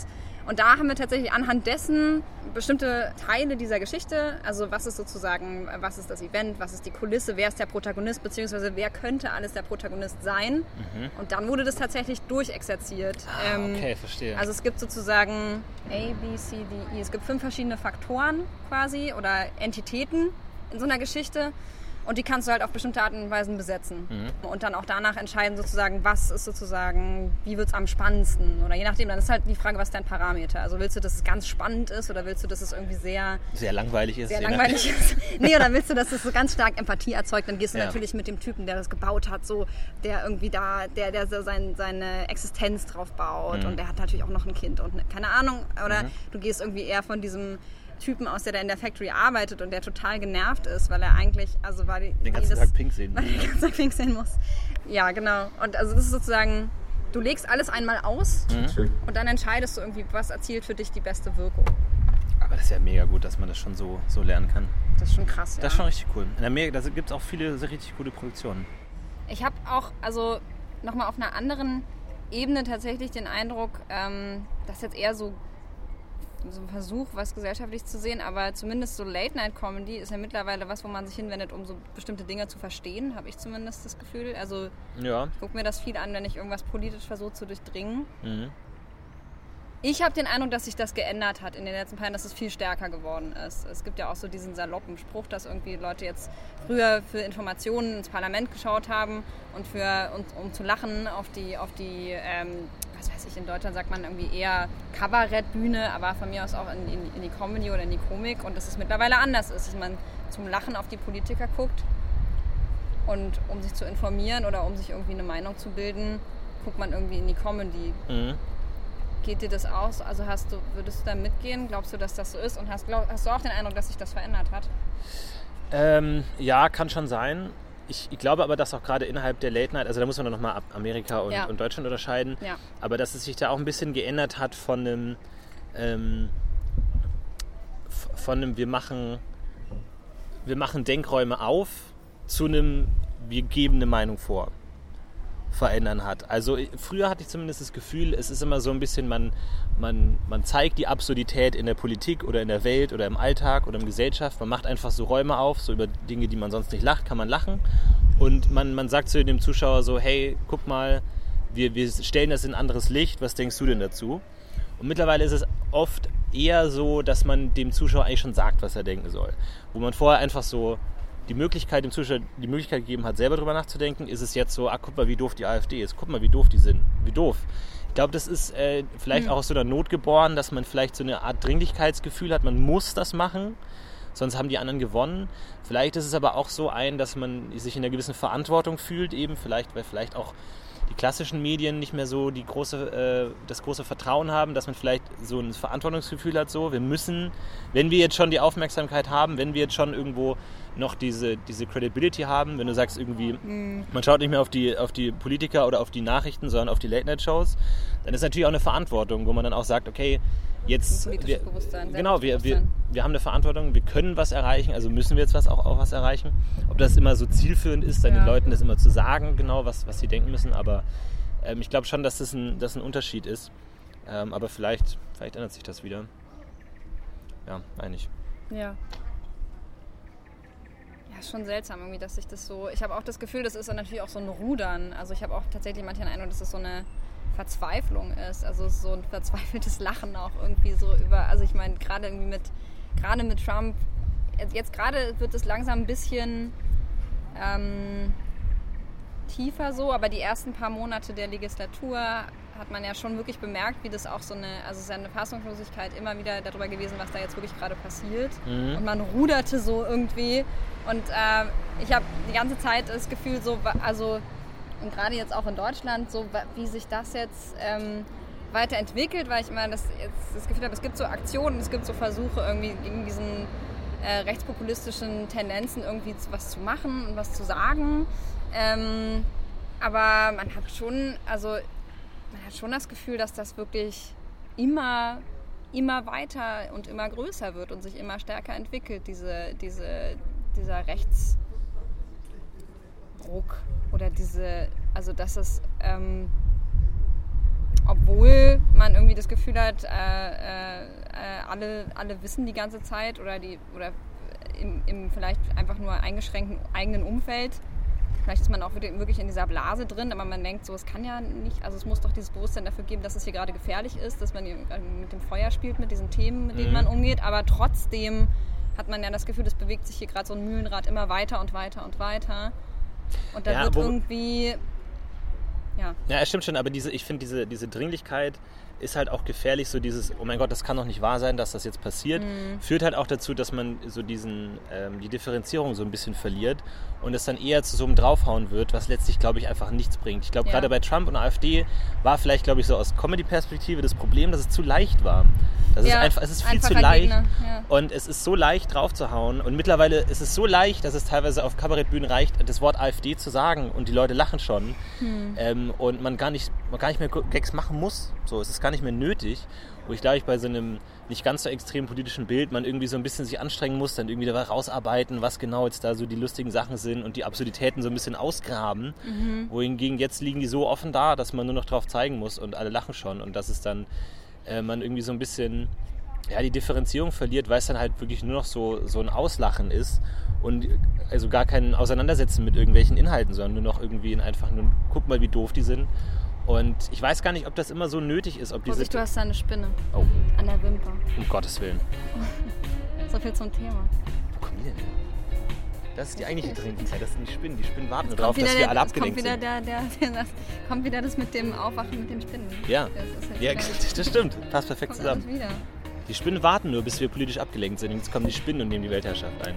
Und da haben wir tatsächlich anhand dessen bestimmte Teile dieser Geschichte, also was ist sozusagen, was ist das Event, was ist die Kulisse, wer ist der Protagonist, beziehungsweise wer könnte alles der Protagonist sein. Mhm. Und dann wurde das tatsächlich durchexerziert.
Ah,
ähm,
okay, verstehe.
Also es gibt sozusagen A, B, C, D, E. Es gibt fünf verschiedene Faktoren quasi oder Entitäten in so einer Geschichte. Und die kannst du halt auf bestimmte Arten und Weisen besetzen. Mhm. Und dann auch danach entscheiden sozusagen, was ist sozusagen, wie wird es am spannendsten? Oder je nachdem, dann ist halt die Frage, was ist dein Parameter? Also willst du, dass es ganz spannend ist oder willst du, dass es irgendwie sehr...
Sehr langweilig ist.
Sehr langweilig ist. Nee, oder willst du, dass es so ganz stark Empathie erzeugt? Dann gehst du
ja.
natürlich mit dem Typen, der das gebaut hat, so, der irgendwie da, der, der so sein, seine Existenz drauf baut. Mhm. Und der hat natürlich auch noch ein Kind und keine Ahnung. Oder mhm. du gehst irgendwie eher von diesem Typen aus, der da in der Factory arbeitet und der total genervt ist, weil er eigentlich, also war die...
Den ganzen
das,
Tag pink sehen
muss. Weil er den ganzen Tag pink sehen muss. Ja, genau. Und also das ist sozusagen, du legst alles einmal aus mhm. und dann entscheidest du irgendwie, was erzielt für dich die beste Wirkung.
Aber das ist ja mega gut, dass man das schon so, so lernen kann.
Das ist schon krass, ja.
Das ist schon richtig cool. In Amerika gibt es auch viele richtig gute Produktionen.
Ich habe auch, also nochmal auf einer anderen Ebene tatsächlich den Eindruck, ähm, dass jetzt eher so so ein Versuch, was gesellschaftlich zu sehen, aber zumindest so Late-Night-Comedy ist ja mittlerweile was, wo man sich hinwendet, um so bestimmte Dinge zu verstehen, habe ich zumindest das Gefühl. Also
ja.
ich gucke mir das viel an, wenn ich irgendwas politisch versuche zu durchdringen.
Mhm.
Ich habe den Eindruck, dass sich das geändert hat in den letzten paar Jahren, dass es viel stärker geworden ist. Es gibt ja auch so diesen saloppen Spruch, dass irgendwie Leute jetzt früher für Informationen ins Parlament geschaut haben und für und, um zu lachen auf die, auf die ähm, was weiß ich, in Deutschland sagt man irgendwie eher Kabarettbühne, aber von mir aus auch in, in, in die Comedy oder in die Komik und dass es mittlerweile anders ist, dass man zum Lachen auf die Politiker guckt und um sich zu informieren oder um sich irgendwie eine Meinung zu bilden, guckt man irgendwie in die Comedy.
Mhm.
Geht dir das aus? Also hast du, würdest du da mitgehen? Glaubst du, dass das so ist? Und hast, glaub, hast du auch den Eindruck, dass sich das verändert hat?
Ähm, ja, kann schon sein. Ich, ich glaube aber, dass auch gerade innerhalb der Late Night, also da muss man dann nochmal Amerika und,
ja.
und Deutschland unterscheiden,
ja.
aber dass es sich da auch ein bisschen geändert hat von einem, ähm, von einem wir machen, wir machen Denkräume auf zu einem, wir geben eine Meinung vor. Verändern hat. Also früher hatte ich zumindest das Gefühl, es ist immer so ein bisschen, man, man, man zeigt die Absurdität in der Politik oder in der Welt oder im Alltag oder in der Gesellschaft. Man macht einfach so Räume auf, so über Dinge, die man sonst nicht lacht, kann man lachen. Und man, man sagt zu dem Zuschauer so, hey, guck mal, wir, wir stellen das in ein anderes Licht, was denkst du denn dazu? Und mittlerweile ist es oft eher so, dass man dem Zuschauer eigentlich schon sagt, was er denken soll. Wo man vorher einfach so die Möglichkeit, dem Zuschauer die Möglichkeit gegeben hat, selber drüber nachzudenken, ist es jetzt so, ah, guck mal, wie doof die AfD ist, guck mal, wie doof die sind, wie doof. Ich glaube, das ist äh, vielleicht mhm. auch aus so einer Not geboren, dass man vielleicht so eine Art Dringlichkeitsgefühl hat, man muss das machen, sonst haben die anderen gewonnen. Vielleicht ist es aber auch so ein, dass man sich in einer gewissen Verantwortung fühlt, eben vielleicht, weil vielleicht auch die klassischen Medien nicht mehr so die große, äh, das große Vertrauen haben, dass man vielleicht so ein Verantwortungsgefühl hat, so, wir müssen, wenn wir jetzt schon die Aufmerksamkeit haben, wenn wir jetzt schon irgendwo noch diese, diese Credibility haben, wenn du sagst irgendwie, mhm. man schaut nicht mehr auf die, auf die Politiker oder auf die Nachrichten, sondern auf die Late-Night-Shows, dann ist natürlich auch eine Verantwortung, wo man dann auch sagt, okay, jetzt, wir, genau, wir, wir, wir haben eine Verantwortung, wir können was erreichen, also müssen wir jetzt was auch, auch was erreichen. Ob das immer so zielführend ist, seinen ja. Leuten das immer zu sagen, genau, was, was sie denken müssen, aber ähm, ich glaube schon, dass das ein, das ein Unterschied ist. Ähm, aber vielleicht, vielleicht ändert sich das wieder. Ja, eigentlich.
Ja. Ja, ist schon seltsam irgendwie, dass sich das so... Ich habe auch das Gefühl, das ist natürlich auch so ein Rudern. Also ich habe auch tatsächlich manchmal den Eindruck, dass es so eine Verzweiflung ist. Also so ein verzweifeltes Lachen auch irgendwie so über... Also ich meine, gerade irgendwie mit... Gerade mit Trump... Jetzt gerade wird es langsam ein bisschen ähm, tiefer so, aber die ersten paar Monate der Legislatur hat man ja schon wirklich bemerkt, wie das auch so eine, also seine Fassungslosigkeit immer wieder darüber gewesen, was da jetzt wirklich gerade passiert. Mhm. Und man ruderte so irgendwie. Und äh, ich habe die ganze Zeit das Gefühl, so, also, und gerade jetzt auch in Deutschland, so wie sich das jetzt ähm, weiterentwickelt, weil ich immer das, jetzt das Gefühl habe, es gibt so Aktionen, es gibt so Versuche irgendwie gegen diesen äh, rechtspopulistischen Tendenzen irgendwie was zu machen und was zu sagen. Ähm, aber man hat schon, also man hat schon das Gefühl, dass das wirklich immer, immer weiter und immer größer wird und sich immer stärker entwickelt, diese, diese, dieser Rechtsruck oder diese, also dass es, ähm, obwohl man irgendwie das Gefühl hat, äh, äh, alle, alle wissen die ganze Zeit oder, die, oder im, im vielleicht einfach nur eingeschränkten eigenen Umfeld. Vielleicht ist man auch wirklich in dieser Blase drin, aber man denkt so, es kann ja nicht, also es muss doch dieses Bewusstsein dafür geben, dass es hier gerade gefährlich ist, dass man mit dem Feuer spielt, mit diesen Themen, mit denen mhm. man umgeht, aber trotzdem hat man ja das Gefühl, es bewegt sich hier gerade so ein Mühlenrad immer weiter und weiter und weiter und da ja, wird irgendwie, ja.
Ja, es stimmt schon, aber diese, ich finde diese, diese Dringlichkeit ist halt auch gefährlich, so dieses, oh mein Gott, das kann doch nicht wahr sein, dass das jetzt passiert, mhm. führt halt auch dazu, dass man so diesen, ähm, die Differenzierung so ein bisschen verliert und es dann eher zu so einem Draufhauen wird, was letztlich, glaube ich, einfach nichts bringt. Ich glaube, ja. gerade bei Trump und AfD war vielleicht, glaube ich, so aus Comedy-Perspektive das Problem, dass es zu leicht war. Das ja, ist einfach, es ist viel zu leicht ja. und es ist so leicht draufzuhauen und mittlerweile ist es so leicht, dass es teilweise auf Kabarettbühnen reicht, das Wort AfD zu sagen und die Leute lachen schon hm. ähm, und man gar nicht, man gar nicht mehr Gags machen muss. So, es ist gar nicht mehr nötig, wo ich glaube ich bei so einem nicht ganz so extrem politischen Bild man irgendwie so ein bisschen sich anstrengen muss, dann irgendwie da rausarbeiten, was genau jetzt da so die lustigen Sachen sind und die Absurditäten so ein bisschen ausgraben, mhm. wohingegen jetzt liegen die so offen da, dass man nur noch drauf zeigen muss und alle lachen schon und das ist dann man irgendwie so ein bisschen ja, die Differenzierung verliert, weil es dann halt wirklich nur noch so, so ein Auslachen ist und also gar kein Auseinandersetzen mit irgendwelchen Inhalten, sondern nur noch irgendwie in einfach nur, guck mal, wie doof die sind. Und ich weiß gar nicht, ob das immer so nötig ist. Ob diese
Vorsicht, du hast da eine Spinne
oh.
an der Wimper.
Um Gottes Willen.
So viel zum Thema.
Wo kommen die denn her? Das ist die eigentliche Dringlichkeit, das sind die Spinnen. Die Spinnen warten nur drauf, dass wir
der,
alle abgelenkt
kommt wieder
sind.
Der, der, der, das kommt wieder das mit dem Aufwachen mit den Spinnen.
Ja,
das,
ja das stimmt. Passt perfekt
kommt
zusammen.
Wieder.
Die Spinnen warten nur, bis wir politisch abgelenkt sind. Und jetzt kommen die Spinnen und nehmen die Weltherrschaft ein.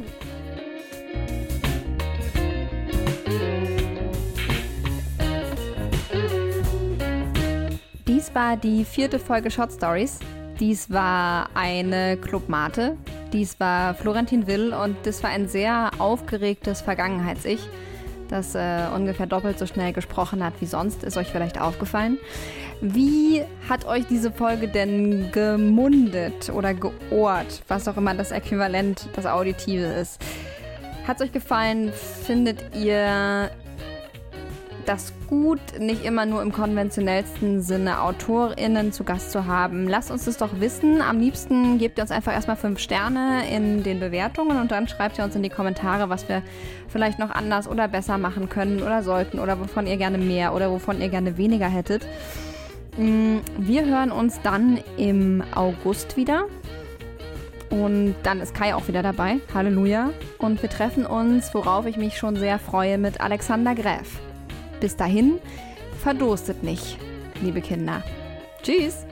Dies war die vierte Folge Short Stories. Dies war eine Clubmate. Dies war Florentin Will und das war ein sehr aufgeregtes Vergangenheits-Ich, das äh, ungefähr doppelt so schnell gesprochen hat wie sonst. Ist euch vielleicht aufgefallen? Wie hat euch diese Folge denn gemundet oder geohrt, was auch immer das Äquivalent, das Auditive ist? Hat es euch gefallen? Findet ihr das gut, nicht immer nur im konventionellsten Sinne AutorInnen zu Gast zu haben? Lasst uns das doch wissen. Am liebsten gebt ihr uns einfach erstmal fünf Sterne in den Bewertungen und dann schreibt ihr uns in die Kommentare, was wir vielleicht noch anders oder besser machen können oder sollten oder wovon ihr gerne mehr oder wovon ihr gerne weniger hättet. Wir hören uns dann im August wieder. Und dann ist Kai auch wieder dabei. Halleluja. Und wir treffen uns, worauf ich mich schon sehr freue, mit Alexander Gräf. Bis dahin, verdurstet nicht, liebe Kinder. Tschüss!